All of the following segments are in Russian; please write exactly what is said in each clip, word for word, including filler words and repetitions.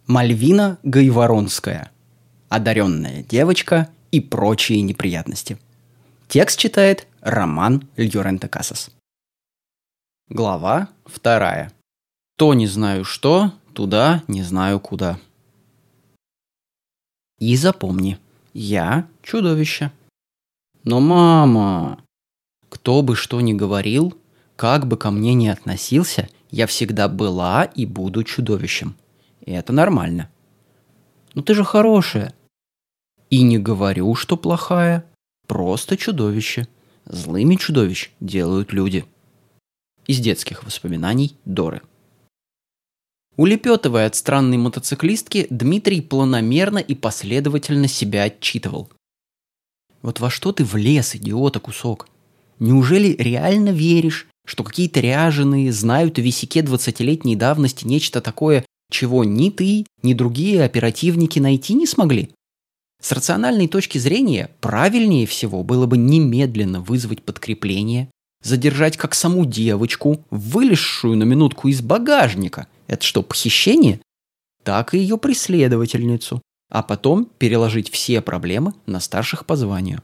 Мальвина Гайворонская. Одаренная девочка и прочие неприятности. Текст читает Роман Льоренте Касас. Глава вторая. То не знаю что, туда не знаю куда. И запомни, я чудовище. Но, мама, кто бы что ни говорил, как бы ко мне ни относился, я всегда была и буду чудовищем. И это нормально. Но ты же хорошая. И не говорю, что плохая. Просто чудовище. Злыми чудовищ делают люди. Из детских воспоминаний Доры. Улепетывая от странной мотоциклистки, Дмитрий планомерно и последовательно себя отчитывал. Вот во что ты влез, идиота кусок? Неужели реально веришь, что какие-то ряженые знают о висяке двадцатилетней давности нечто такое, чего ни ты, ни другие оперативники найти не смогли? С рациональной точки зрения, правильнее всего было бы немедленно вызвать подкрепление, задержать как саму девочку, вылезшую на минутку из багажника. Это что, похищение? Так и ее преследовательницу. А потом переложить все проблемы на старших по званию.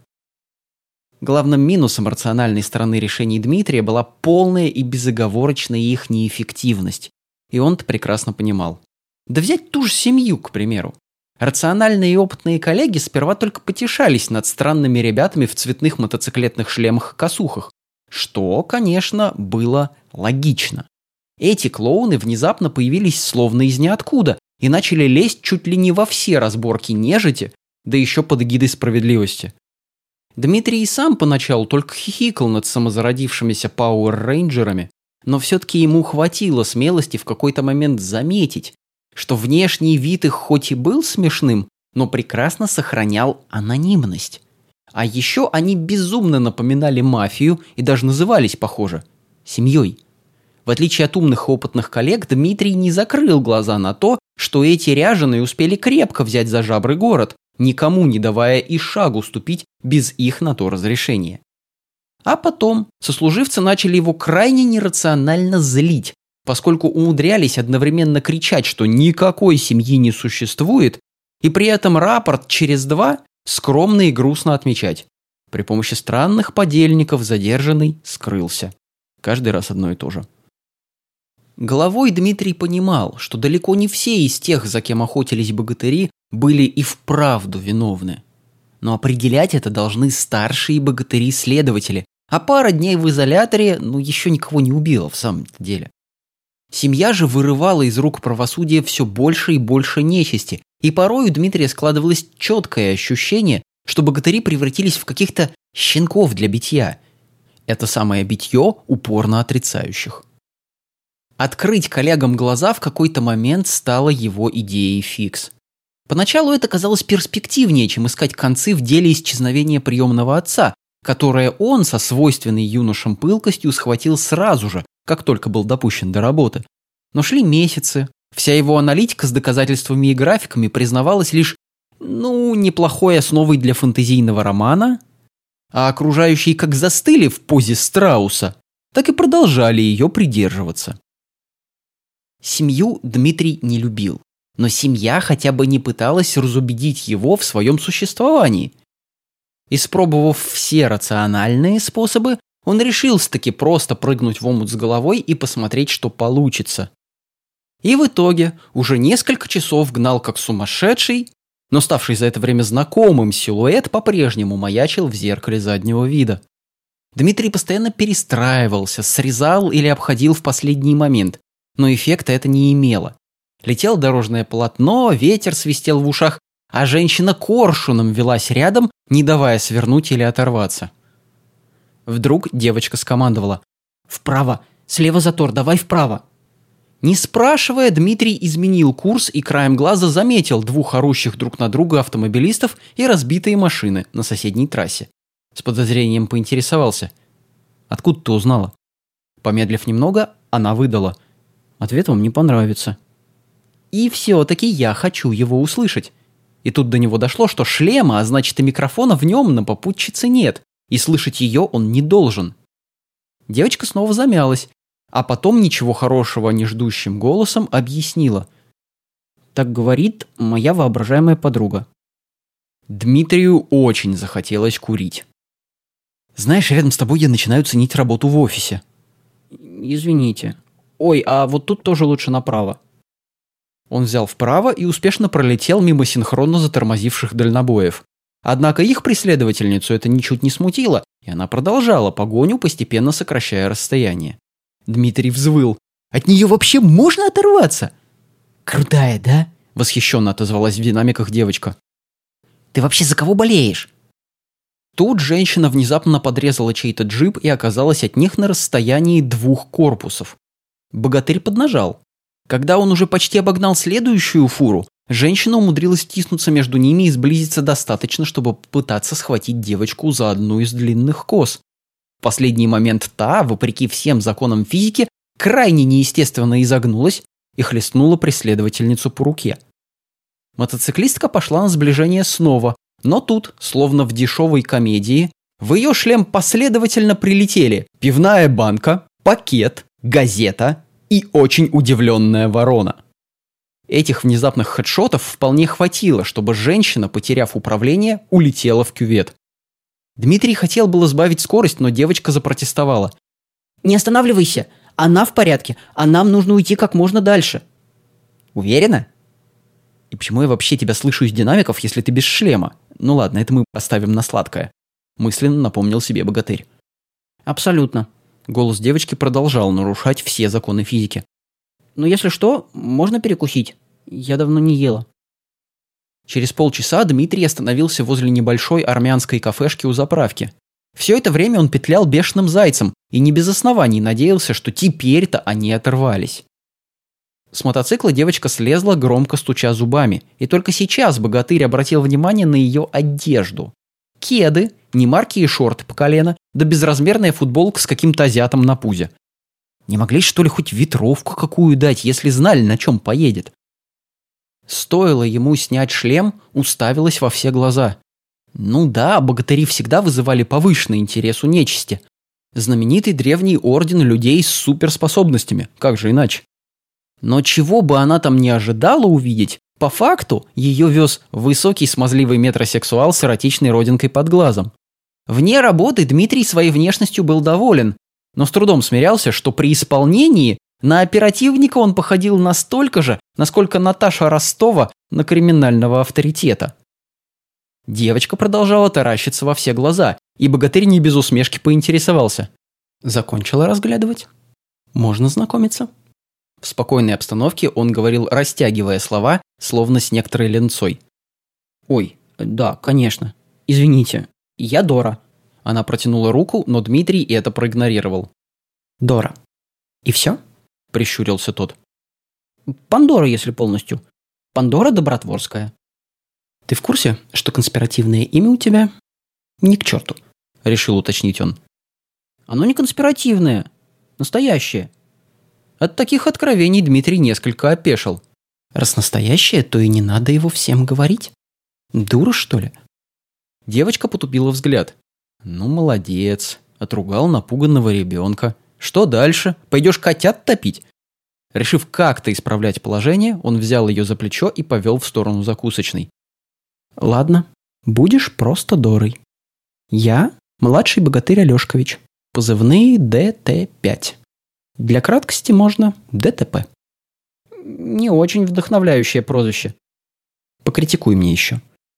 Главным минусом рациональной стороны решений Дмитрия была полная и безоговорочная их неэффективность. И он-то прекрасно понимал. Да взять ту же семью, к примеру. Рациональные и опытные коллеги сперва только потешались над странными ребятами в цветных мотоциклетных шлемах-косухах. Что, конечно, было логично. Эти клоуны внезапно появились словно из ниоткуда и начали лезть чуть ли не во все разборки нежити, да еще под эгидой справедливости. Дмитрий и сам поначалу только хихикал над самозародившимися пауэр-рейнджерами, но все-таки ему хватило смелости в какой-то момент заметить, что внешний вид их хоть и был смешным, но прекрасно сохранял анонимность. А еще они безумно напоминали мафию и даже назывались, похоже, семьей. В отличие от умных и опытных коллег, Дмитрий не закрыл глаза на то, что эти ряженые успели крепко взять за жабры город, никому не давая и шагу ступить без их на то разрешения. А потом сослуживцы начали его крайне нерационально злить, поскольку умудрялись одновременно кричать, что никакой семьи не существует, и при этом рапорт через два скромно и грустно отмечать. При помощи странных подельников задержанный скрылся. Каждый раз одно и то же. Головой Дмитрий понимал, что далеко не все из тех, за кем охотились богатыри, были и вправду виновны. Но определять это должны старшие богатыри-следователи, а пара дней в изоляторе, ну, еще никого не убила в самом деле. Семья же вырывала из рук правосудия все больше и больше нечисти, и порой у Дмитрия складывалось четкое ощущение, что богатыри превратились в каких-то щенков для битья. Это самое битье упорно отрицающих. Открыть коллегам глаза в какой-то момент стало его идеей фикс. Поначалу это казалось перспективнее, чем искать концы в деле исчезновения приемного отца, которое он со свойственной юношам пылкостью схватил сразу же, как только был допущен до работы. Но шли месяцы, вся его аналитика с доказательствами и графиками признавалась лишь, ну, неплохой основой для фэнтезийного романа, а окружающие как застыли в позе страуса, так и продолжали ее придерживаться. Семью Дмитрий не любил, но семья хотя бы не пыталась разубедить его в своем существовании. Испробовав все рациональные способы, он решился-таки просто прыгнуть в омут с головой и посмотреть, что получится. И в итоге уже несколько часов гнал как сумасшедший, но ставший за это время знакомым силуэт по-прежнему маячил в зеркале заднего вида. Дмитрий постоянно перестраивался, срезал или обходил в последний момент, но эффекта это не имело. Летело дорожное полотно, ветер свистел в ушах, а женщина коршуном велась рядом, не давая свернуть или оторваться. Вдруг девочка скомандовала: «Вправо! Слева затор, давай вправо!» Не спрашивая, Дмитрий изменил курс и краем глаза заметил двух орущих друг на друга автомобилистов и разбитые машины на соседней трассе. С подозрением поинтересовался: «Откуда ты узнала?» Помедлив немного, она выдала: «Ответ вам не понравится». И все-таки я хочу его услышать. И тут до него дошло, что шлема, а значит и микрофона в нем на попутчице нет, и слышать ее он не должен. Девочка снова замялась, а потом ничего хорошего не ждущим голосом объяснила: Так говорит моя воображаемая подруга. Дмитрию очень захотелось курить. Знаешь, рядом с тобой я начинаю ценить работу в офисе. Извините. Ой, а вот тут тоже лучше направо. Он взял вправо и успешно пролетел мимо синхронно затормозивших дальнобоев. Однако их преследовательницу это ничуть не смутило, и она продолжала погоню, постепенно сокращая расстояние. Дмитрий взвыл. От нее вообще можно оторваться? Крутая, да? Восхищенно отозвалась в динамиках девочка. Ты вообще за кого болеешь? Тут женщина внезапно подрезала чей-то джип и оказалась от них на расстоянии двух корпусов. Богатырь поднажал. Когда он уже почти обогнал следующую фуру, женщина умудрилась втиснуться между ними и сблизиться достаточно, чтобы попытаться схватить девочку за одну из длинных кос. В последний момент та, вопреки всем законам физики, крайне неестественно изогнулась и хлестнула преследовательницу по руке. Мотоциклистка пошла на сближение снова, но тут, словно в дешевой комедии, в ее шлем последовательно прилетели пивная банка, пакет, газета и очень удивленная ворона. Этих внезапных хедшотов вполне хватило, чтобы женщина, потеряв управление, улетела в кювет. Дмитрий хотел было сбавить скорость, но девочка запротестовала. «Не останавливайся, она в порядке, а нам нужно уйти как можно дальше». «Уверена? И почему я вообще тебя слышу из динамиков, если ты без шлема? Ну ладно, это мы оставим на сладкое», — мысленно напомнил себе богатырь. «Абсолютно». Голос девочки продолжал нарушать все законы физики. «Но если что, можно перекусить. Я давно не ела». Через полчаса Дмитрий остановился возле небольшой армянской кафешки у заправки. Все это время он петлял бешеным зайцем и не без оснований надеялся, что теперь-то они оторвались. С мотоцикла девочка слезла, громко стуча зубами, и только сейчас богатырь обратил внимание на ее одежду. Кеды, немаркие шорты по колено, да безразмерная футболка с каким-то азиатом на пузе. Не могли, что ли, хоть ветровку какую дать, если знали, на чем поедет? Стоило ему снять шлем, уставилась во все глаза. Ну да, богатыри всегда вызывали повышенный интерес у нечисти. Знаменитый древний орден людей с суперспособностями, как же иначе? Но чего бы она там не ожидала увидеть, по факту ее вез высокий смазливый метросексуал с эротичной родинкой под глазом. Вне работы Дмитрий своей внешностью был доволен, но с трудом смирялся, что при исполнении на оперативника он походил настолько же, насколько Наташа Ростова на криминального авторитета. Девочка продолжала таращиться во все глаза, и богатырь не без усмешки поинтересовался. «Закончила разглядывать? Можно знакомиться?» В спокойной обстановке он говорил, растягивая слова, словно с некоторой ленцой. «Ой, да, конечно. Извините, я Дора». Она протянула руку, но Дмитрий это проигнорировал. «Дора. И все?» – прищурился тот. «Пандора, если полностью. Пандора Добротворская». «Ты в курсе, что конспиративное имя у тебя ни к черту?» – решил уточнить он. «Оно не конспиративное. Настоящее». От таких откровений Дмитрий несколько опешил. «Раз настоящее, то и не надо его всем говорить. Дура, что ли?» Девочка потупила взгляд. «Ну, молодец. Отругал напуганного ребенка. Что дальше? Пойдешь котят топить?» Решив как-то исправлять положение, он взял ее за плечо и повел в сторону закусочной. «Ладно, будешь просто Дорой. Я младший богатырь Алешкович. Позывные Дэ Тэ пять. Для краткости можно Дэ Тэ Пэ». Не очень вдохновляющее прозвище. Покритикуй мне еще.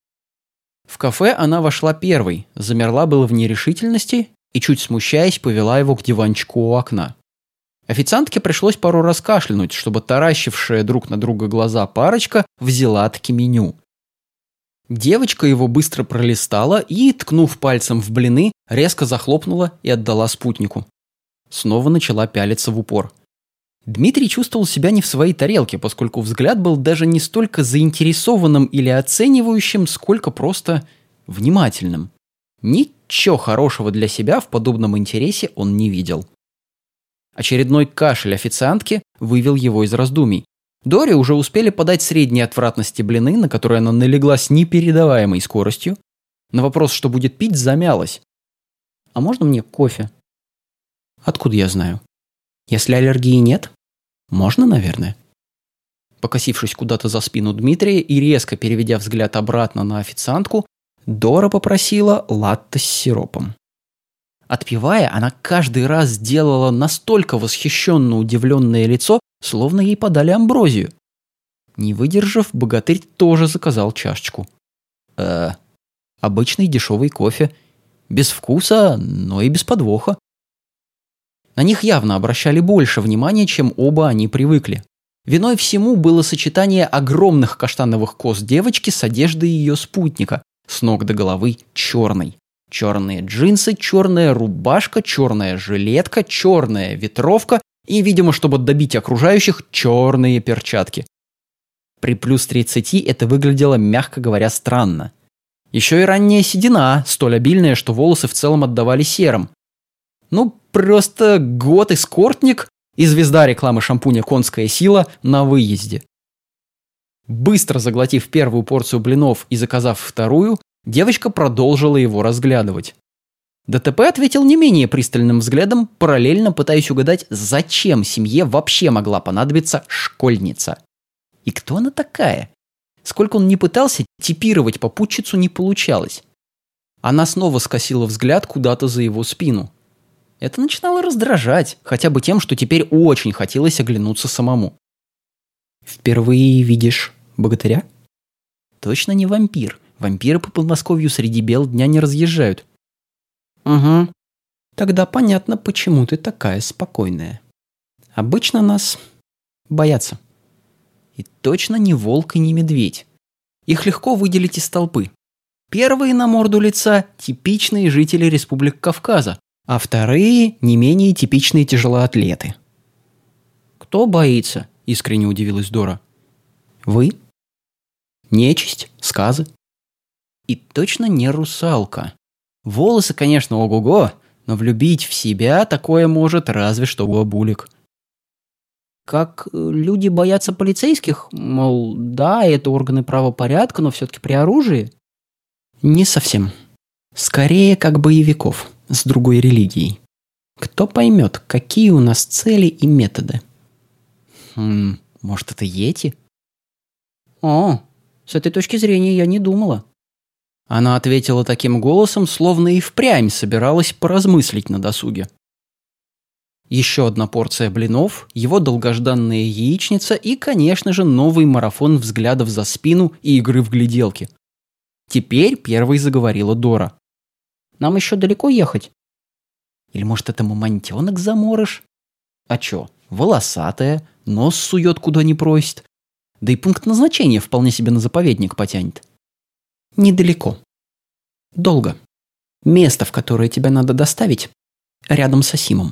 В кафе она вошла первой, замерла было в нерешительности и, чуть смущаясь, повела его к диванчику у окна. Официантке пришлось пару раз кашлянуть, чтобы таращившая друг на друга глаза парочка взяла-таки меню. Девочка его быстро пролистала и, ткнув пальцем в блины, резко захлопнула и отдала спутнику. Снова начала пялиться в упор. Дмитрий чувствовал себя не в своей тарелке, поскольку взгляд был даже не столько заинтересованным или оценивающим, сколько просто внимательным. Ничего хорошего для себя в подобном интересе он не видел. Очередной кашель официантки вывел его из раздумий. Доре уже успели подать средней отвратности блины, на которые она налегла с непередаваемой скоростью. На вопрос, что будет пить, замялась. «А можно мне кофе?» «Откуда я знаю? Если аллергии нет, можно, наверное». Покосившись куда-то за спину Дмитрия и резко переведя взгляд обратно на официантку, Дора попросила латте с сиропом. Отпивая, она каждый раз делала настолько восхищенно удивленное лицо, словно ей подали амброзию. Не выдержав, богатырь тоже заказал чашечку. Э, обычный дешевый кофе. Без вкуса, но и без подвоха. На них явно обращали больше внимания, чем оба они привыкли. Виной всему было сочетание огромных каштановых кос девочки с одеждой ее спутника, с ног до головы черной. Черные джинсы, черная рубашка, черная жилетка, черная ветровка и, видимо, чтобы добить окружающих, черные перчатки. При плюс тридцати это выглядело, мягко говоря, странно. Еще и ранняя седина, столь обильная, что волосы в целом отдавали серым. Ну, просто год-эскортник и звезда рекламы шампуня «Конская сила» на выезде. Быстро заглотив первую порцию блинов и заказав вторую, девочка продолжила его разглядывать. ДТП ответил не менее пристальным взглядом, параллельно пытаясь угадать, зачем семье вообще могла понадобиться школьница. И кто она такая? Сколько он ни пытался, типировать попутчицу не получалось. Она снова скосила взгляд куда-то за его спину. Это начинало раздражать, хотя бы тем, что теперь очень хотелось оглянуться самому. «Впервые видишь богатыря?» «Точно не вампир. Вампиры по Подмосковью среди бел дня не разъезжают». «Угу. Тогда понятно, почему ты такая спокойная. Обычно нас боятся. И точно не волк и не медведь. Их легко выделить из толпы. Первые на морду лица – типичные жители Республик Кавказа, а вторые – не менее типичные тяжелоатлеты». «Кто боится?» – искренне удивилась Дора. «Вы? Нечисть, сказы. И точно не русалка. Волосы, конечно, ого-го, но влюбить в себя такое может разве что бабулик». «Как люди боятся полицейских? Мол, да, это органы правопорядка, но все-таки при оружии?» «Не совсем. Скорее, как боевиков, с другой религией. Кто поймет, какие у нас цели и методы?» «Хм, может, это йети?» «О, с этой точки зрения я не думала». Она ответила таким голосом, словно и впрямь собиралась поразмыслить на досуге. Еще одна порция блинов, его долгожданная яичница и, конечно же, новый марафон взглядов за спину и игры в гляделки. Теперь первой заговорила Дора. «Нам еще далеко ехать? Или, может, это мамонтенок заморыш? А чё, волосатая, нос сует куда не просит. Да и пункт назначения вполне себе на заповедник потянет». «Недалеко. Долго. Место, в которое тебя надо доставить, рядом с Асимом».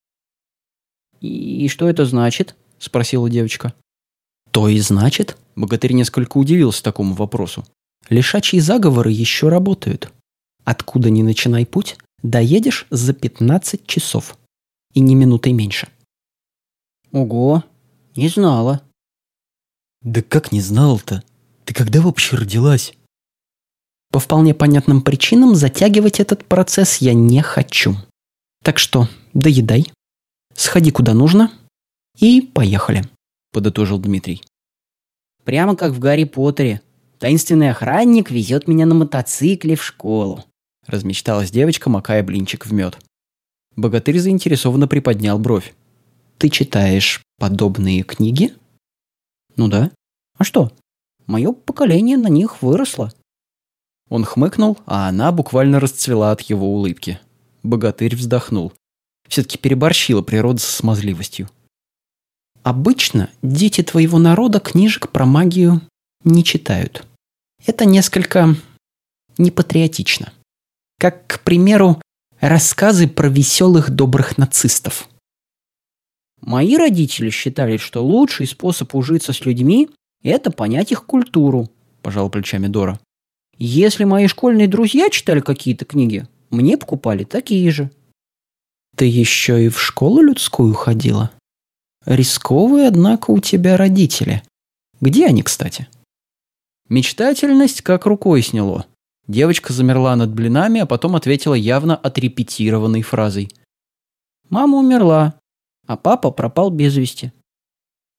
«И что это значит?» – спросила девочка. «То и значит», – богатырь несколько удивился такому вопросу. «Лишачьи заговоры еще работают. Откуда ни начинай путь, доедешь за пятнадцать часов. И ни минутой меньше». «Ого, не знала». «Да как не знал-то? Ты когда вообще родилась?» «По вполне понятным причинам затягивать этот процесс я не хочу. Так что доедай. Сходи куда нужно и поехали», – подытожил Дмитрий. «Прямо как в Гарри Поттере. Таинственный охранник везет меня на мотоцикле в школу», – размечталась девочка, макая блинчик в мед. Богатырь заинтересованно приподнял бровь. «Ты читаешь подобные книги?» «Ну да. А что? Мое поколение на них выросло». Он хмыкнул, а она буквально расцвела от его улыбки. Богатырь вздохнул. Все-таки переборщила природа со смазливостью. «Обычно дети твоего народа книжек про магию не читают. Это несколько непатриотично. Как, к примеру, рассказы про веселых добрых нацистов». «Мои родители считали, что лучший способ ужиться с людьми – это понять их культуру», – пожал плечами Дора. «Если мои школьные друзья читали какие-то книги, мне покупали такие же». «Ты еще и в школу людскую ходила? Рисковые, однако, у тебя родители. Где они, кстати?» Мечтательность как рукой сняло. Девочка замерла над блинами, а потом ответила явно отрепетированной фразой. «Мама умерла, а папа пропал без вести».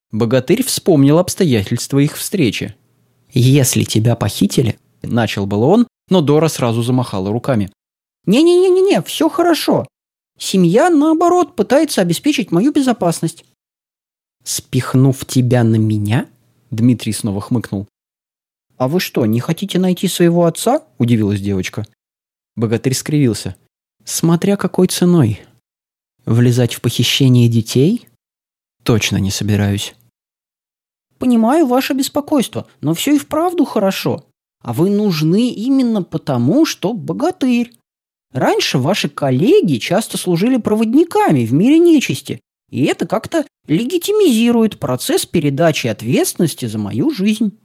Богатырь вспомнил обстоятельства их встречи. «Если тебя похитили...» – начал было он, но Дора сразу замахала руками. «Не-не-не-не, все хорошо. Семья, наоборот, пытается обеспечить мою безопасность». «Спихнув тебя на меня?» – Дмитрий снова хмыкнул. «А вы что, не хотите найти своего отца?» – удивилась девочка. Богатырь скривился. «Смотря какой ценой. Влезать в похищение детей? Точно не собираюсь». «Понимаю ваше беспокойство, но все и вправду хорошо. А вы нужны именно потому, что богатырь. Раньше ваши коллеги часто служили проводниками в мире нечисти, и это как-то легитимизирует процесс передачи ответственности за мою жизнь».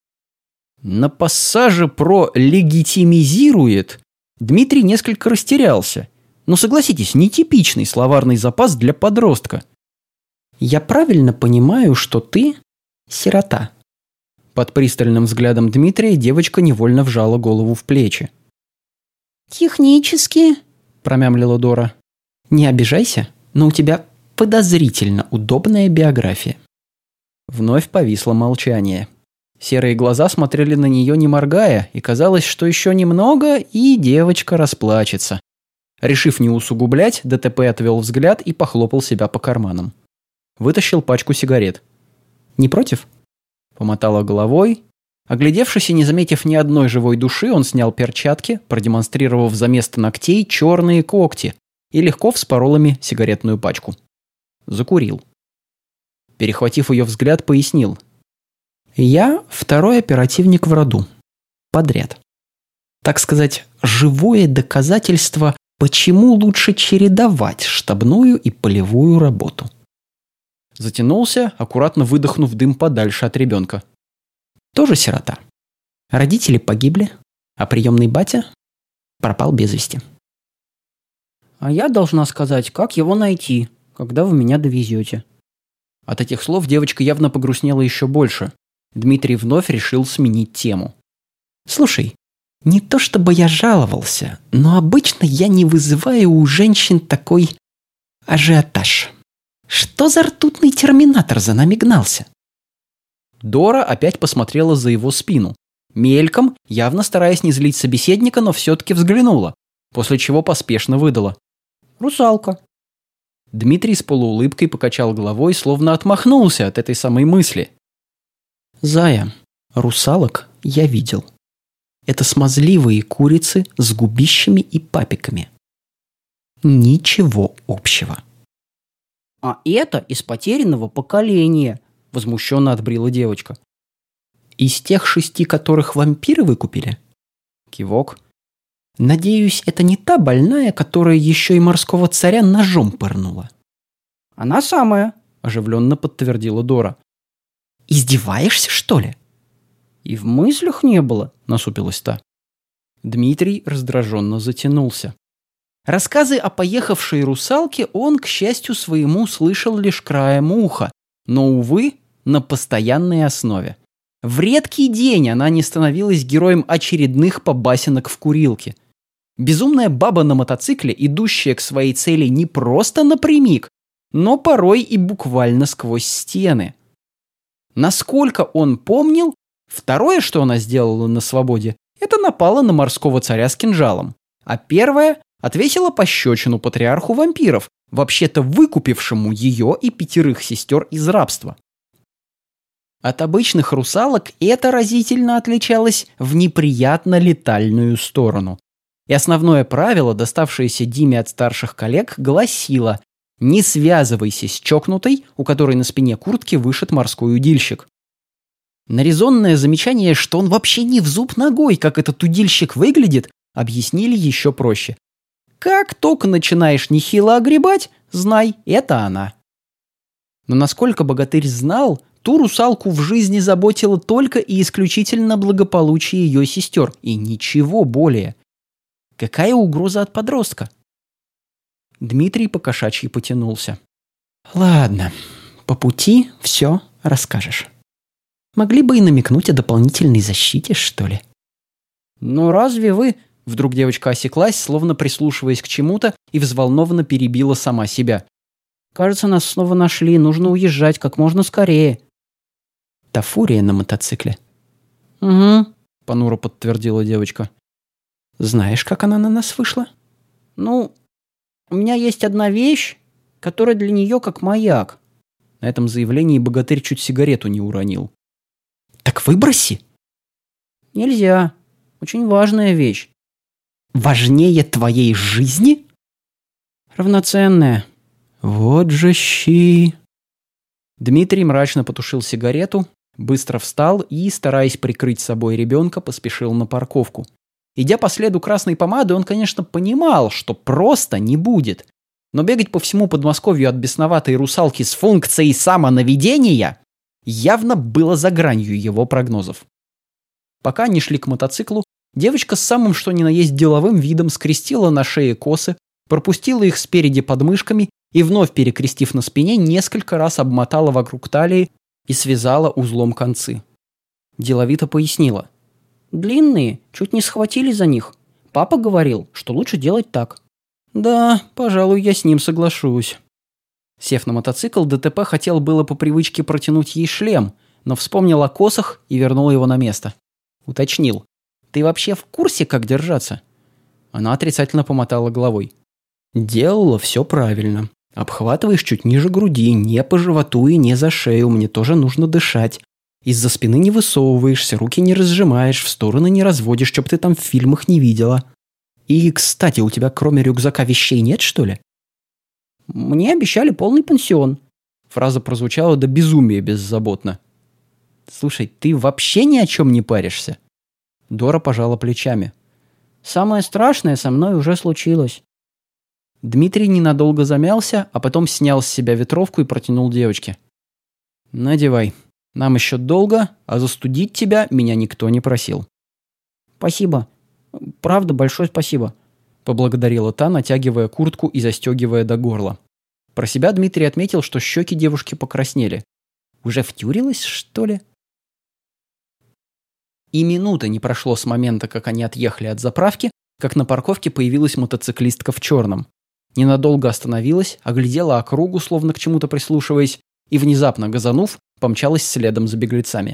На пассаже про «легитимизирует» Дмитрий несколько растерялся. Но согласитесь, нетипичный словарный запас для подростка. «Я правильно понимаю, что ты сирота?» Под пристальным взглядом Дмитрия девочка невольно вжала голову в плечи. «Технически», – промямлила Дора. «Не обижайся, но у тебя подозрительно удобная биография». Вновь повисло молчание. Серые глаза смотрели на нее не моргая, и казалось, что еще немного, и девочка расплачется. Решив не усугублять, ДТП отвел взгляд и похлопал себя по карманам. Вытащил пачку сигарет. «Не против?» Помотала головой. Оглядевшись и не заметив ни одной живой души, он снял перчатки, продемонстрировав за место ногтей черные когти, и легко вспорол ими сигаретную пачку. Закурил. Перехватив ее взгляд, пояснил. «Я второй оперативник в роду. Подряд. Так сказать, живое доказательство, почему лучше чередовать штабную и полевую работу». Затянулся, аккуратно выдохнув дым подальше от ребенка. «Тоже сирота. Родители погибли, а приемный батя пропал без вести». «А я должна сказать, как его найти, когда вы меня довезете». От этих слов девочка явно погрустнела еще больше. Дмитрий вновь решил сменить тему. «Слушай, не то чтобы я жаловался, но обычно я не вызываю у женщин такой ажиотаж. Что за ртутный терминатор за нами гнался?» Дора опять посмотрела за его спину. Мельком, явно стараясь не злить собеседника, но все-таки взглянула, после чего поспешно выдала. «Русалка». Дмитрий с полуулыбкой покачал головой, словно отмахнулся от этой самой мысли. «Зая, русалок я видел. Это смазливые курицы с губищами и папиками. Ничего общего». «А это из потерянного поколения», – возмущенно отбрила девочка. «Из тех шести, которых вампиры выкупили?» Кивок. «Надеюсь, это не та больная, которая еще и морского царя ножом пырнула?» «Она самая», – оживленно подтвердила Дора. «Издеваешься, что ли?» «И в мыслях не было», – насупилась та. Дмитрий раздраженно затянулся. Рассказы о поехавшей русалке он, к счастью своему, слышал лишь краем уха, но, увы, на постоянной основе. В редкий день она не становилась героем очередных побасенок в курилке. Безумная баба на мотоцикле, идущая к своей цели не просто напрямик, но порой и буквально сквозь стены. Насколько он помнил, второе, что она сделала на свободе, это напала на морского царя с кинжалом, а первое – отвесила пощечину патриарху вампиров, вообще-то выкупившему ее и пятерых сестер из рабства. От обычных русалок это разительно отличалось в неприятно летальную сторону. И основное правило, доставшееся Диме от старших коллег, гласило: не связывайся с чокнутой, у которой на спине куртки вышит морской удильщик. На резонное замечание, что он вообще не в зуб ногой, как этот удильщик выглядит, объяснили еще проще. Как только начинаешь нехило огребать, знай, это она. Но насколько богатырь знал, ту русалку в жизни заботило только и исключительно благополучие ее сестер, и ничего более. Какая угроза от подростка? Дмитрий покошачьи потянулся. «Ладно, по пути все расскажешь. Могли бы и намекнуть о дополнительной защите, что ли?» «Ну разве вы...» Вдруг девочка осеклась, словно прислушиваясь к чему-то, и взволнованно перебила сама себя. Кажется, нас снова нашли. Нужно уезжать как можно скорее. Та фурия на мотоцикле. Угу, понуро подтвердила девочка. Знаешь, как она на нас вышла? Ну, у меня есть одна вещь, которая для нее как маяк. На этом заявлении богатырь чуть сигарету не уронил. Так выброси. Нельзя. Очень важная вещь. Важнее твоей жизни? Равноценная. Вот же щи. Дмитрий мрачно потушил сигарету, быстро встал и, стараясь прикрыть собой ребенка, поспешил на парковку. Идя по следу красной помады, он, конечно, понимал, что просто не будет. Но бегать по всему Подмосковью от бесноватой русалки с функцией самонаведения явно было за гранью его прогнозов. Пока они шли к мотоциклу, девочка с самым что ни на есть деловым видом скрестила на шее косы, пропустила их спереди под мышками и, вновь перекрестив на спине, несколько раз обмотала вокруг талии и связала узлом концы. Деловито пояснила. «Длинные, чуть не схватили за них. Папа говорил, что лучше делать так». «Да, пожалуй, я с ним соглашусь». Сев на мотоцикл, ДТП хотел было по привычке протянуть ей шлем, но вспомнил о косах и вернул его на место. Уточнил. «Ты вообще в курсе, как держаться?» Она отрицательно помотала головой. «Делала все правильно. Обхватываешь чуть ниже груди, не по животу и не за шею, мне тоже нужно дышать. Из-за спины не высовываешься, руки не разжимаешь, в стороны не разводишь, чтоб ты там в фильмах не видела. И, кстати, у тебя кроме рюкзака вещей нет, что ли?» «Мне обещали полный пансион». Фраза прозвучала до безумия беззаботно. «Слушай, ты вообще ни о чем не паришься?» Дора пожала плечами. «Самое страшное со мной уже случилось». Дмитрий ненадолго замялся, а потом снял с себя ветровку и протянул девочке. «Надевай. Нам еще долго, а застудить тебя меня никто не просил». «Спасибо. Правда, большое спасибо», — поблагодарила та, натягивая куртку и застегивая до горла. Про себя Дмитрий отметил, что щеки девушки покраснели. Уже втюрилась, что ли? И минуты не прошло с момента, как они отъехали от заправки, как на парковке появилась мотоциклистка в черном. Ненадолго остановилась, оглядела округу, словно к чему-то прислушиваясь, и, внезапно газанув, помчалась следом за беглецами.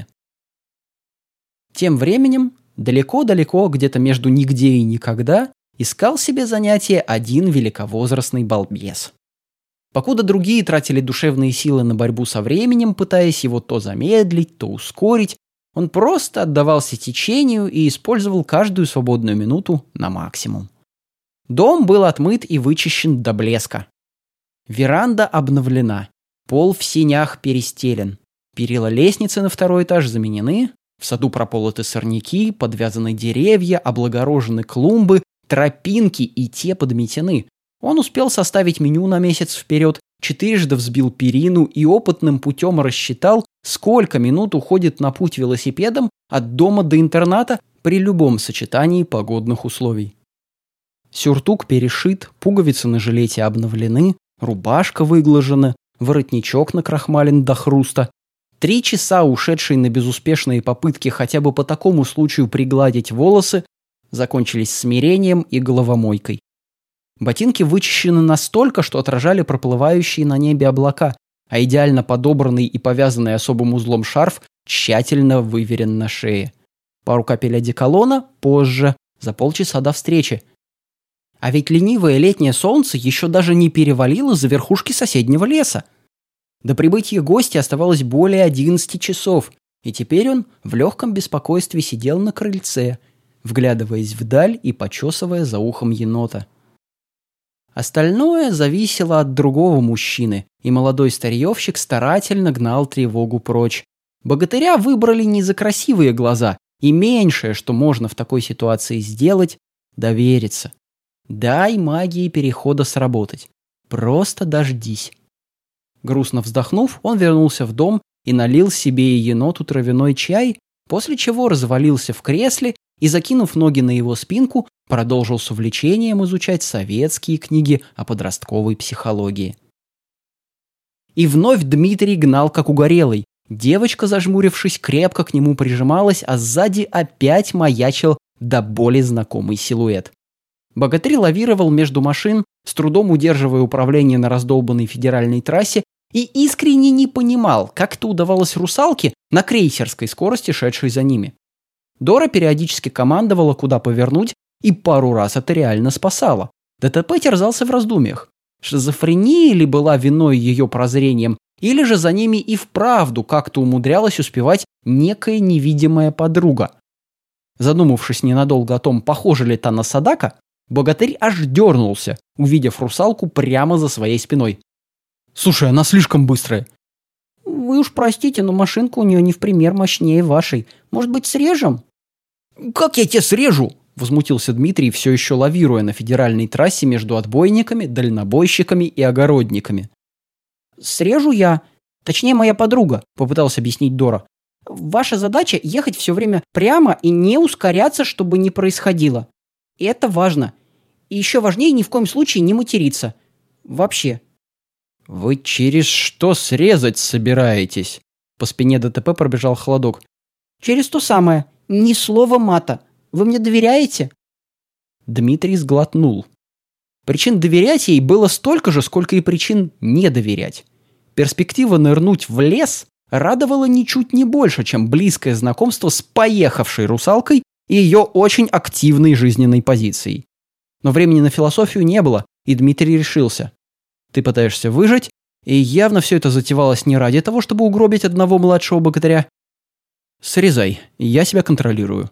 Тем временем, далеко-далеко, где-то между нигде и никогда, искал себе занятие один великовозрастный балбес. Покуда другие тратили душевные силы на борьбу со временем, пытаясь его то замедлить, то ускорить, он просто отдавался течению и использовал каждую свободную минуту на максимум. Дом был отмыт и вычищен до блеска. Веранда обновлена, пол в сенях перестелен, перила лестницы на второй этаж заменены, в саду прополоты сорняки, подвязаны деревья, облагорожены клумбы, тропинки и те подметены. Он успел составить меню на месяц вперед, четырежды взбил перину и опытным путем рассчитал, сколько минут уходит на путь велосипедом от дома до интерната при любом сочетании погодных условий. Сюртук перешит, пуговицы на жилете обновлены, рубашка выглажена, воротничок накрахмален до хруста. Три часа, ушедшие на безуспешные попытки хотя бы по такому случаю пригладить волосы, закончились смирением и головомойкой. Ботинки вычищены настолько, что отражали проплывающие на небе облака, а идеально подобранный и повязанный особым узлом шарф тщательно выверен на шее. Пару капель одеколона позже, за полчаса до встречи. А ведь ленивое летнее солнце еще даже не перевалило за верхушки соседнего леса. До прибытия гостя оставалось более одиннадцати часов, и теперь он в легком беспокойстве сидел на крыльце, вглядываясь вдаль и почесывая за ухом енота. Остальное зависело от другого мужчины, и молодой старьевщик старательно гнал тревогу прочь. Богатыря выбрали не за красивые глаза, и меньшее, что можно в такой ситуации сделать, довериться. Дай магии перехода сработать. Просто дождись. Грустно вздохнув, он вернулся в дом и налил себе и еноту травяной чай, после чего развалился в кресле и, закинув ноги на его спинку, продолжил с увлечением изучать советские книги о подростковой психологии. И вновь Дмитрий гнал как угорелый. Девочка, зажмурившись, крепко к нему прижималась, а сзади опять маячил до боли знакомый силуэт. Богатырь лавировал между машин, с трудом удерживая управление на раздолбанной федеральной трассе, и искренне не понимал, как это удавалось русалке на крейсерской скорости, шедшей за ними. Дора периодически командовала, куда повернуть, и пару раз это реально спасало. ДТП терзался в раздумьях. Шизофрения ли была виной ее прозрением, или же за ними и вправду как-то умудрялась успевать некая невидимая подруга. Задумавшись ненадолго о том, похожа ли та на Садака, богатырь аж дернулся, увидев русалку прямо за своей спиной. «Слушай, она слишком быстрая». «Вы уж простите, но машинка у нее не в пример мощнее вашей. Может быть, срежем?» «Как я тебя срежу?» – возмутился Дмитрий, все еще лавируя на федеральной трассе между отбойниками, дальнобойщиками и огородниками. «Срежу я. Точнее, моя подруга», – попытался объяснить Дора. «Ваша задача – ехать все время прямо и не ускоряться, чтобы не происходило. И это важно. И еще важнее ни в коем случае не материться. Вообще». «Вы через что срезать собираетесь?» По спине ДТП пробежал холодок. «Через то самое. Ни слова мата. Вы мне доверяете?» Дмитрий сглотнул. Причин доверять ей было столько же, сколько и причин не доверять. Перспектива нырнуть в лес радовала ничуть не больше, чем близкое знакомство с поехавшей русалкой и ее очень активной жизненной позицией. Но времени на философию не было, и Дмитрий решился. Ты пытаешься выжить, и явно все это затевалось не ради того, чтобы угробить одного младшего богатыря. Срезай, я себя контролирую.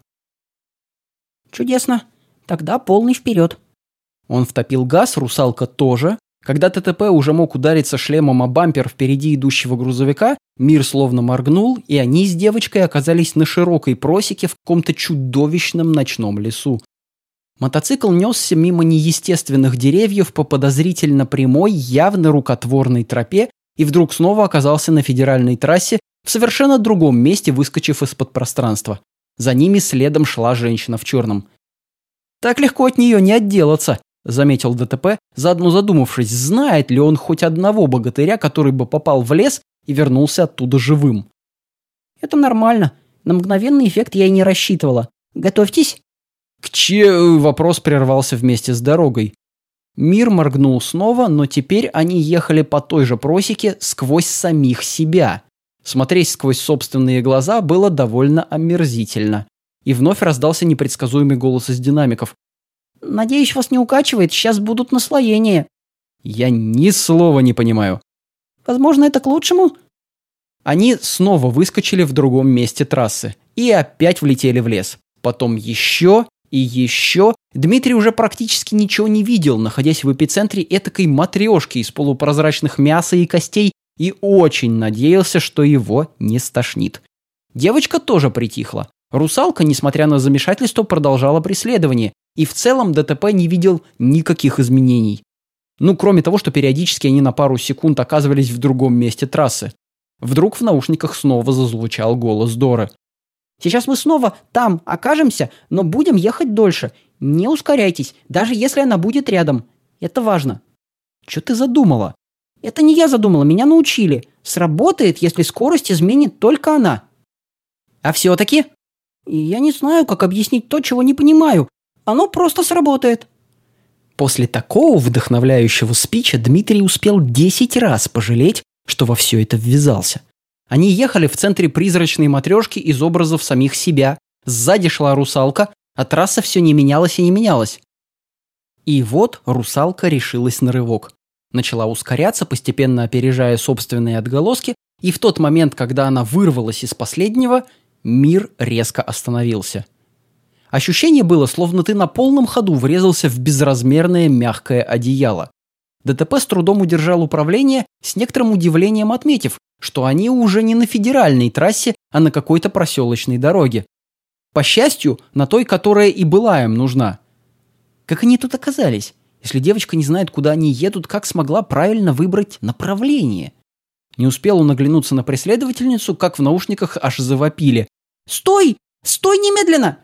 Чудесно. Тогда полный вперед. Он втопил газ, русалка тоже. Когда ТТП уже мог удариться шлемом о бампер впереди идущего грузовика, мир словно моргнул, и они с девочкой оказались на широкой просеке в каком-то чудовищном ночном лесу. Мотоцикл несся мимо неестественных деревьев по подозрительно прямой, явно рукотворной тропе и вдруг снова оказался на федеральной трассе в совершенно другом месте, выскочив из-под пространства. За ними следом шла женщина в черном. «Так легко от нее не отделаться», — заметил ДТП, заодно задумавшись, знает ли он хоть одного богатыря, который бы попал в лес и вернулся оттуда живым. «Это нормально. На мгновенный эффект я и не рассчитывала. Готовьтесь». К че вопрос прервался вместе с дорогой. Мир моргнул снова, но теперь они ехали по той же просеке сквозь самих себя. Смотреть сквозь собственные глаза было довольно омерзительно. И вновь раздался непредсказуемый голос из динамиков. «Надеюсь, вас не укачивает, сейчас будут наслоения». «Я ни слова не понимаю». «Возможно, это к лучшему?» Они снова выскочили в другом месте трассы и опять влетели в лес. Потом еще и еще. Дмитрий уже практически ничего не видел, находясь в эпицентре этакой матрешки из полупрозрачных мяса и костей, и очень надеялся, что его не стошнит. Девочка тоже притихла. Русалка, несмотря на замешательство, продолжала преследование, и в целом ДТП не видел никаких изменений. Ну, кроме того, что периодически они на пару секунд оказывались в другом месте трассы. Вдруг в наушниках снова зазвучал голос Доры. «Сейчас мы снова там окажемся, но будем ехать дольше. Не ускоряйтесь, даже если она будет рядом. Это важно». «Чё ты задумала?» «Это не я задумала, меня научили. Сработает, если скорость изменит только она». «А все-таки?» И я не знаю, как объяснить то, чего не понимаю. Оно просто сработает». После такого вдохновляющего спича Дмитрий успел десять раз пожалеть, что во все это ввязался. Они ехали в центре призрачной матрешки из образов самих себя. Сзади шла русалка, а трасса все не менялась и не менялась. И вот русалка решилась на рывок. Начала ускоряться, постепенно опережая собственные отголоски, и в тот момент, когда она вырвалась из последнего, мир резко остановился. Ощущение было, словно ты на полном ходу врезался в безразмерное мягкое одеяло. ДТП с трудом удержал управление, с некоторым удивлением отметив, что они уже не на федеральной трассе, а на какой-то проселочной дороге. По счастью, на той, которая и была им нужна. Как они тут оказались? Если девочка не знает, куда они едут, как смогла правильно выбрать направление? Не успел он оглянуться на преследовательницу, как в наушниках аж завопили. «Стой! Стой немедленно!»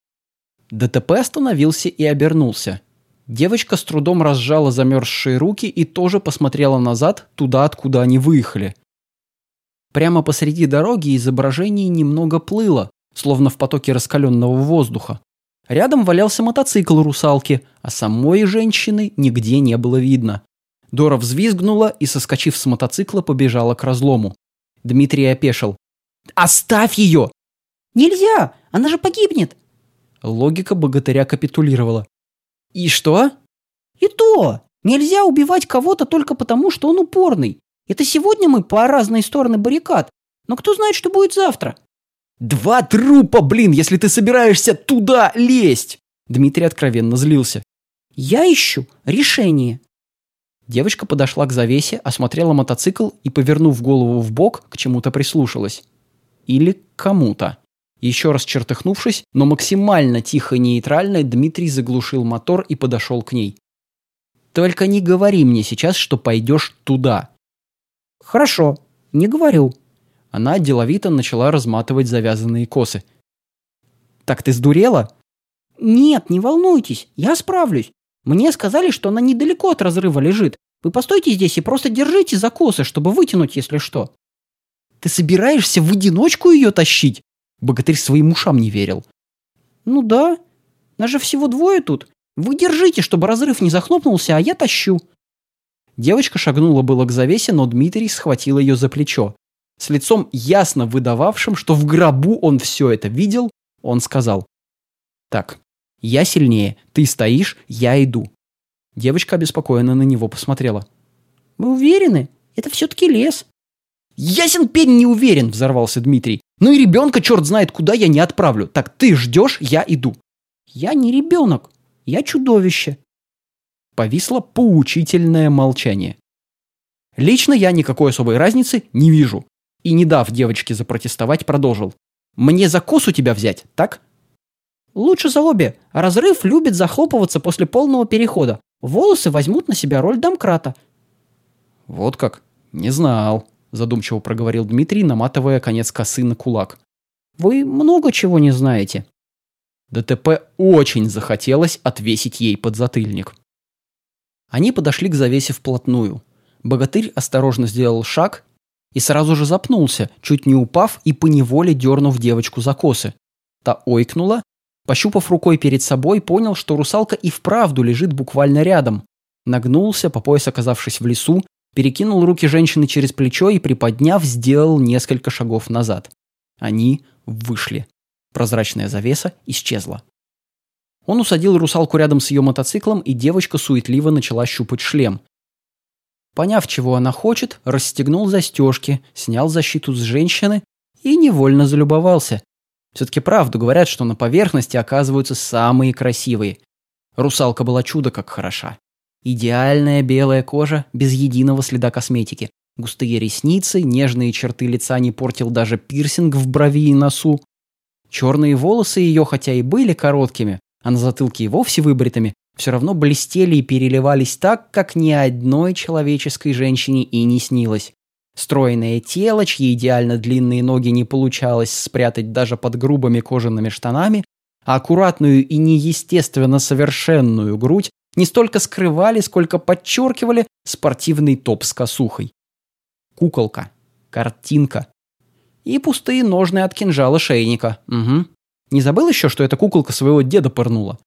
ДТП остановился и обернулся. Девочка с трудом разжала замерзшие руки и тоже посмотрела назад, туда, откуда они выехали. Прямо посреди дороги изображение немного плыло, словно в потоке раскаленного воздуха. Рядом валялся мотоцикл русалки, а самой женщины нигде не было видно. Дора взвизгнула и, соскочив с мотоцикла, побежала к разлому. Дмитрий опешил. «Оставь ее!» «Нельзя! Она же погибнет!» Логика богатыря капитулировала. «И что?» «И то! Нельзя убивать кого-то только потому, что он упорный. Это сегодня мы по разные стороны баррикад, но кто знает, что будет завтра?» «Два трупа, блин, если ты собираешься туда лезть!» Дмитрий откровенно злился. «Я ищу решение». Девочка подошла к завесе, осмотрела мотоцикл и, повернув голову в бок, к чему-то прислушалась. Или к кому-то. Еще раз чертыхнувшись, но максимально тихо и нейтрально, Дмитрий заглушил мотор и подошел к ней. «Только не говори мне сейчас, что пойдешь туда». «Хорошо, не говорю». Она деловито начала разматывать завязанные косы. «Так ты сдурела?» «Нет, не волнуйтесь, я справлюсь. Мне сказали, что она недалеко от разрыва лежит. Вы постойте здесь и просто держите за косы, чтобы вытянуть, если что». «Ты собираешься в одиночку ее тащить?» Богатырь своим ушам не верил. «Ну да, нас же всего двое тут. Вы держите, чтобы разрыв не захлопнулся, а я тащу». Девочка шагнула было к завесе, но Дмитрий схватил ее за плечо. С лицом ясно выдававшим, что в гробу он все это видел, он сказал: «Так, я сильнее, ты стоишь, я иду». Девочка обеспокоенно на него посмотрела. «Вы уверены? Это все-таки лес». «Ясен пень, не уверен», — взорвался Дмитрий. «Ну и ребенка черт знает куда я не отправлю. Так ты ждешь, я иду». «Я не ребенок, я чудовище». Повисло поучительное молчание. «Лично я никакой особой разницы не вижу». И, не дав девочке запротестовать, продолжил. «Мне за косу тебя взять, так?» «Лучше за обе. Разрыв любит захлопываться после полного перехода. Волосы возьмут на себя роль домкрата». «Вот как? Не знал», — задумчиво проговорил Дмитрий, наматывая конец косы на кулак. «Вы много чего не знаете». ДТП очень захотелось отвесить ей подзатыльник. Они подошли к завесе вплотную. Богатырь осторожно сделал шаг и сразу же запнулся, чуть не упав и поневоле дернув девочку за косы. Та ойкнула, пощупав рукой перед собой, понял, что русалка и вправду лежит буквально рядом. Нагнулся, по пояс оказавшись в лесу, перекинул руки женщины через плечо и, приподняв, сделал несколько шагов назад. Они вышли. Прозрачная завеса исчезла. Он усадил русалку рядом с ее мотоциклом, и девочка суетливо начала щупать шлем. Поняв, чего она хочет, расстегнул застежки, снял защиту с женщины и невольно залюбовался. Все-таки правду говорят, что на поверхности оказываются самые красивые. Русалка была чудо как хороша. Идеальная белая кожа, без единого следа косметики. Густые ресницы, нежные черты лица не портил даже пирсинг в брови и носу. Черные волосы ее, хотя и были короткими, а на затылке и вовсе выбритыми, все равно блестели и переливались так, как ни одной человеческой женщине и не снилось. Стройное тело, чьи идеально длинные ноги не получалось спрятать даже под грубыми кожаными штанами, а аккуратную и неестественно совершенную грудь не столько скрывали, сколько подчеркивали спортивный топ с косухой. Куколка. Картинка. И пустые ножны от кинжала шейника. Угу. Не забыл еще, что эта куколка своего деда пырнула?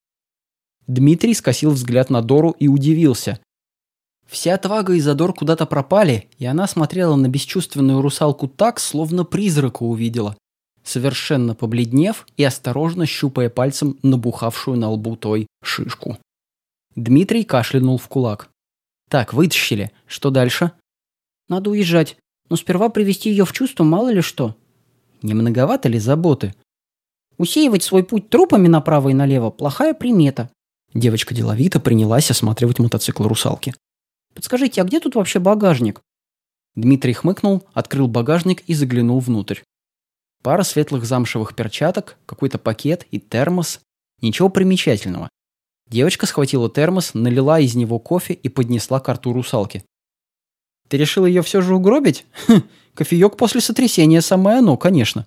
Дмитрий скосил взгляд на Дору и удивился. Вся отвага и задор куда-то пропали, и она смотрела на бесчувственную русалку так, словно призрака увидела, совершенно побледнев и осторожно щупая пальцем набухавшую на лбу той шишку. Дмитрий кашлянул в кулак. «Так, вытащили. Что дальше?» «Надо уезжать, но сперва привести ее в чувство, мало ли что». «Не многовато ли заботы?» «Усеивать свой путь трупами направо и налево – плохая примета». Девочка деловито принялась осматривать мотоцикл русалки. «Подскажите, а где тут вообще багажник?» Дмитрий хмыкнул, открыл багажник и заглянул внутрь. Пара светлых замшевых перчаток, какой-то пакет и термос. Ничего примечательного. Девочка схватила термос, налила из него кофе и поднесла к рту русалки. «Ты решил ее все же угробить? Хм, кофеек после сотрясения самое оно, конечно».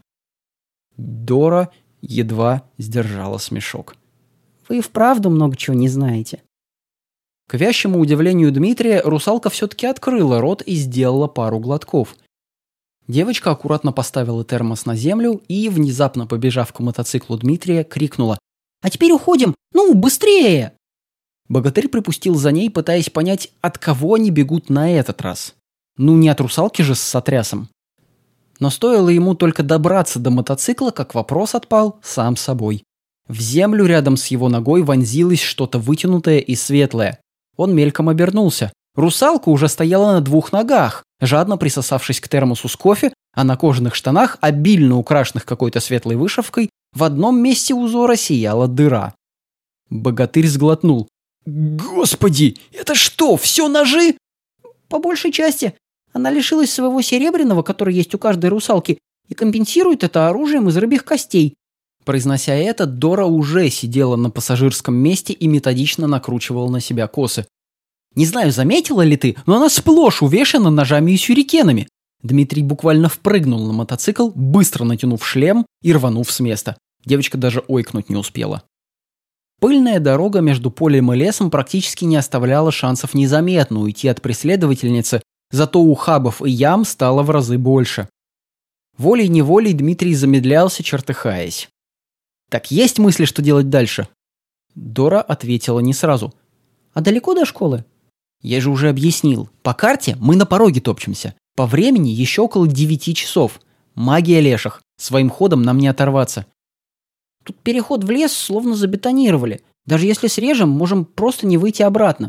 Дора едва сдержала смешок. «Вы и вправду много чего не знаете». К вящему удивлению Дмитрия, русалка все-таки открыла рот и сделала пару глотков. Девочка аккуратно поставила термос на землю и, внезапно побежав к мотоциклу Дмитрия, крикнула: А теперь уходим! Ну, быстрее!» Богатырь припустил за ней, пытаясь понять, от кого они бегут на этот раз. Ну, не от русалки же с сотрясом. Но стоило ему только добраться до мотоцикла, как вопрос отпал сам собой. В землю рядом с его ногой вонзилось что-то вытянутое и светлое. Он мельком обернулся. Русалка уже стояла на двух ногах, жадно присосавшись к термосу с кофе, а на кожаных штанах, обильно украшенных какой-то светлой вышивкой, в одном месте узора сияла дыра. Богатырь сглотнул. «Господи, это что, все ножи?» «По большей части. Она лишилась своего серебряного, который есть у каждой русалки, и компенсирует это оружием из рыбьих костей». Произнося это, Дора уже сидела на пассажирском месте и методично накручивала на себя косы. «Не знаю, заметила ли ты, но она сплошь увешана ножами и сюрикенами». Дмитрий буквально впрыгнул на мотоцикл, быстро натянув шлем и рванув с места. Девочка даже ойкнуть не успела. Пыльная дорога между полем и лесом практически не оставляла шансов незаметно уйти от преследовательницы, зато ухабов и ям стало в разы больше. Волей-неволей Дмитрий замедлялся, чертыхаясь. «Так есть мысли, что делать дальше?» Дора ответила не сразу. «А далеко до школы?» «Я же уже объяснил. По карте мы на пороге топчемся. По времени еще около девяти часов. Магия леших. Своим ходом нам не оторваться». «Тут переход в лес словно забетонировали. Даже если срежем, можем просто не выйти обратно».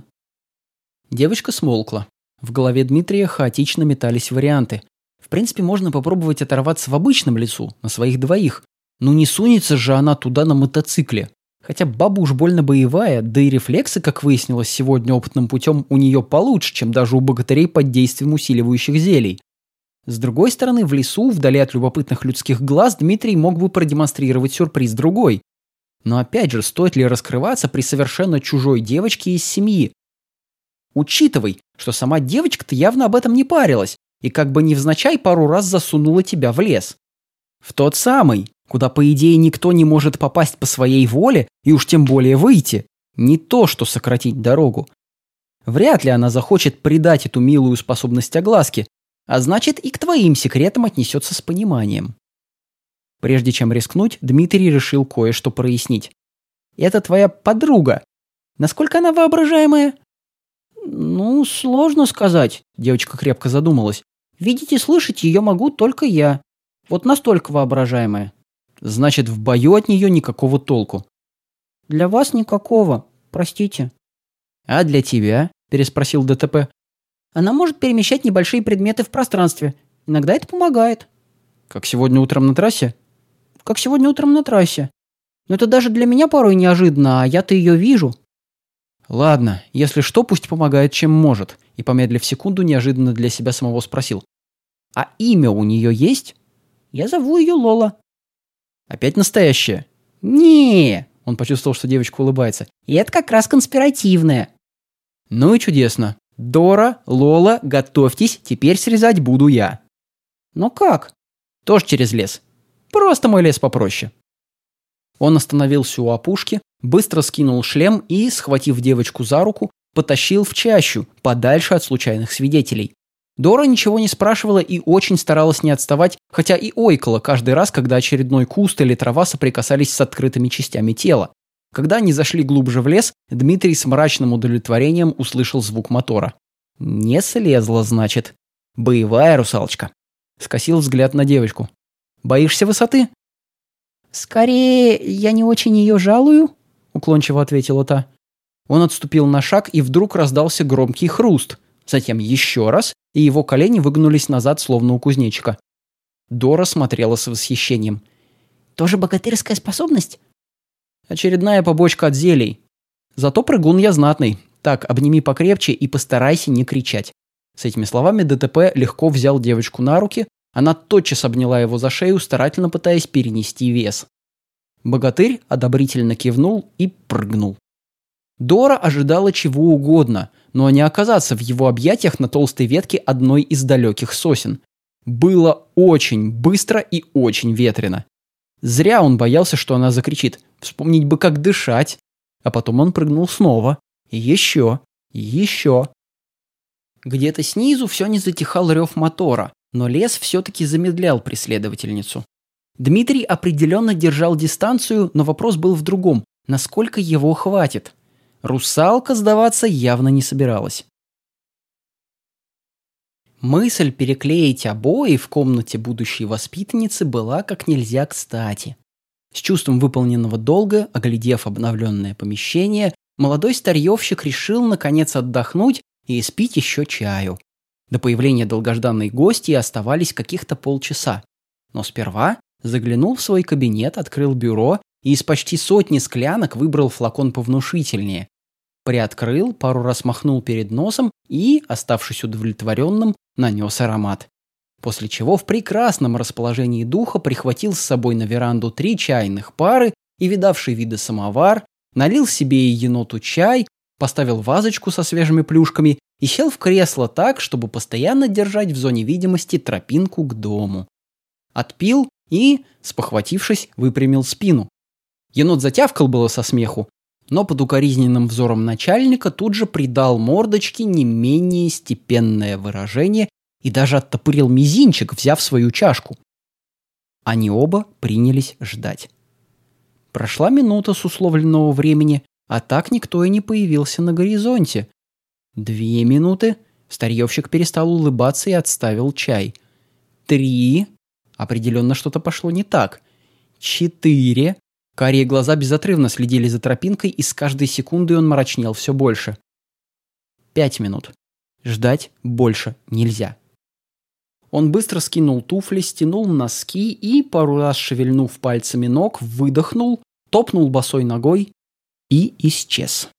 Девочка смолкла. В голове Дмитрия хаотично метались варианты. В принципе, можно попробовать оторваться в обычном лесу, на своих двоих. Но не сунется же она туда на мотоцикле. Хотя баба уж больно боевая, да и рефлексы, как выяснилось сегодня опытным путем, у нее получше, чем даже у богатырей под действием усиливающих зелий. С другой стороны, в лесу, вдали от любопытных людских глаз, Дмитрий мог бы продемонстрировать сюрприз другой. Но опять же, стоит ли раскрываться при совершенно чужой девочке из семьи? Учитывай, что сама девочка-то явно об этом не парилась и как бы невзначай пару раз засунула тебя в лес. В тот самый, куда, по идее, никто не может попасть по своей воле и уж тем более выйти. Не то, что сократить дорогу. Вряд ли она захочет предать эту милую способность огласки, а значит и к твоим секретам отнесется с пониманием. Прежде чем рискнуть, Дмитрий решил кое-что прояснить. Это твоя подруга. Насколько она воображаемая? «Ну, сложно сказать», – девочка крепко задумалась. «Видеть и слышать ее могу только я. Вот настолько воображаемая». «Значит, в бою от нее никакого толку». «Для вас никакого. Простите». «А для тебя?» – переспросил ДТП. «Она может перемещать небольшие предметы в пространстве. Иногда это помогает». «Как сегодня утром на трассе?» «Как сегодня утром на трассе. Но это даже для меня порой неожиданно, а я-то ее вижу». «Ладно, если что, пусть помогает, чем может», и, помедлив секунду, неожиданно для себя самого спросил. «А имя у нее есть?» «Я зову ее Лола». «Опять настоящее?» «Не-е-е», он почувствовал, что девочка улыбается. «И это как раз конспиративное». «Ну и чудесно. Дора, Лола, готовьтесь, теперь срезать буду я». «Но как?» «Тоже через лес. Просто мой лес попроще». Он остановился у опушки, быстро скинул шлем и, схватив девочку за руку, потащил в чащу, подальше от случайных свидетелей. Дора ничего не спрашивала и очень старалась не отставать, хотя и ойкала каждый раз, когда очередной куст или трава соприкасались с открытыми частями тела. Когда они зашли глубже в лес, Дмитрий с мрачным удовлетворением услышал звук мотора. «Не слезла, значит. Боевая русалочка». Скосил взгляд на девочку. «Боишься высоты?» «Скорее, я не очень ее жалую», — уклончиво ответила та. Он отступил на шаг, и вдруг раздался громкий хруст. Затем еще раз, и его колени выгнулись назад, словно у кузнечика. Дора смотрела с восхищением. «Тоже богатырская способность?» «Очередная побочка от зелий. Зато прыгун я знатный. Так, обними покрепче и постарайся не кричать». С этими словами ДТП легко взял девочку на руки. Она тотчас обняла его за шею, старательно пытаясь перенести вес. Богатырь одобрительно кивнул и прыгнул. Дора ожидала чего угодно, но не оказаться в его объятиях на толстой ветке одной из далеких сосен. Было очень быстро и очень ветрено. Зря он боялся, что она закричит. Вспомнить бы, как дышать. А потом он прыгнул снова. И еще. И еще. Где-то снизу все не затихал рев мотора, но лес все-таки замедлял преследовательницу. Дмитрий определенно держал дистанцию, но вопрос был в другом. насколько его хватит. Русалка сдаваться явно не собиралась. Мысль переклеить обои в комнате будущей воспитанницы была как нельзя кстати. С чувством выполненного долга, оглядев обновленное помещение, молодой старьевщик решил наконец отдохнуть и испить еще чаю. До появления долгожданной гости оставались каких-то полчаса. Но сперва заглянул в свой кабинет, открыл бюро и из почти сотни склянок выбрал флакон повнушительнее. Приоткрыл, пару раз махнул перед носом и, оставшись удовлетворенным, нанес аромат. После чего в прекрасном расположении духа прихватил с собой на веранду три чайных пары и видавший виды самовар, налил себе и еноту чай, поставил вазочку со свежими плюшками и сел в кресло так, чтобы постоянно держать в зоне видимости тропинку к дому. Отпил и, спохватившись, выпрямил спину. Енот затявкал было со смеху, но под укоризненным взором начальника тут же придал мордочке не менее степенное выражение и даже оттопырил мизинчик, взяв свою чашку. Они оба принялись ждать. Прошла минута с условленного времени, а так никто и не появился на горизонте. Две минуты. Старьевщик перестал улыбаться и отставил чай. Три. Определенно что-то пошло не так. Четыре. Карие глаза безотрывно следили за тропинкой, и с каждой секундой он мрачнел все больше. Пять минут. Ждать больше нельзя. Он быстро скинул туфли, стянул носки и, пару раз шевельнув пальцами ног, выдохнул, топнул босой ногой и исчез.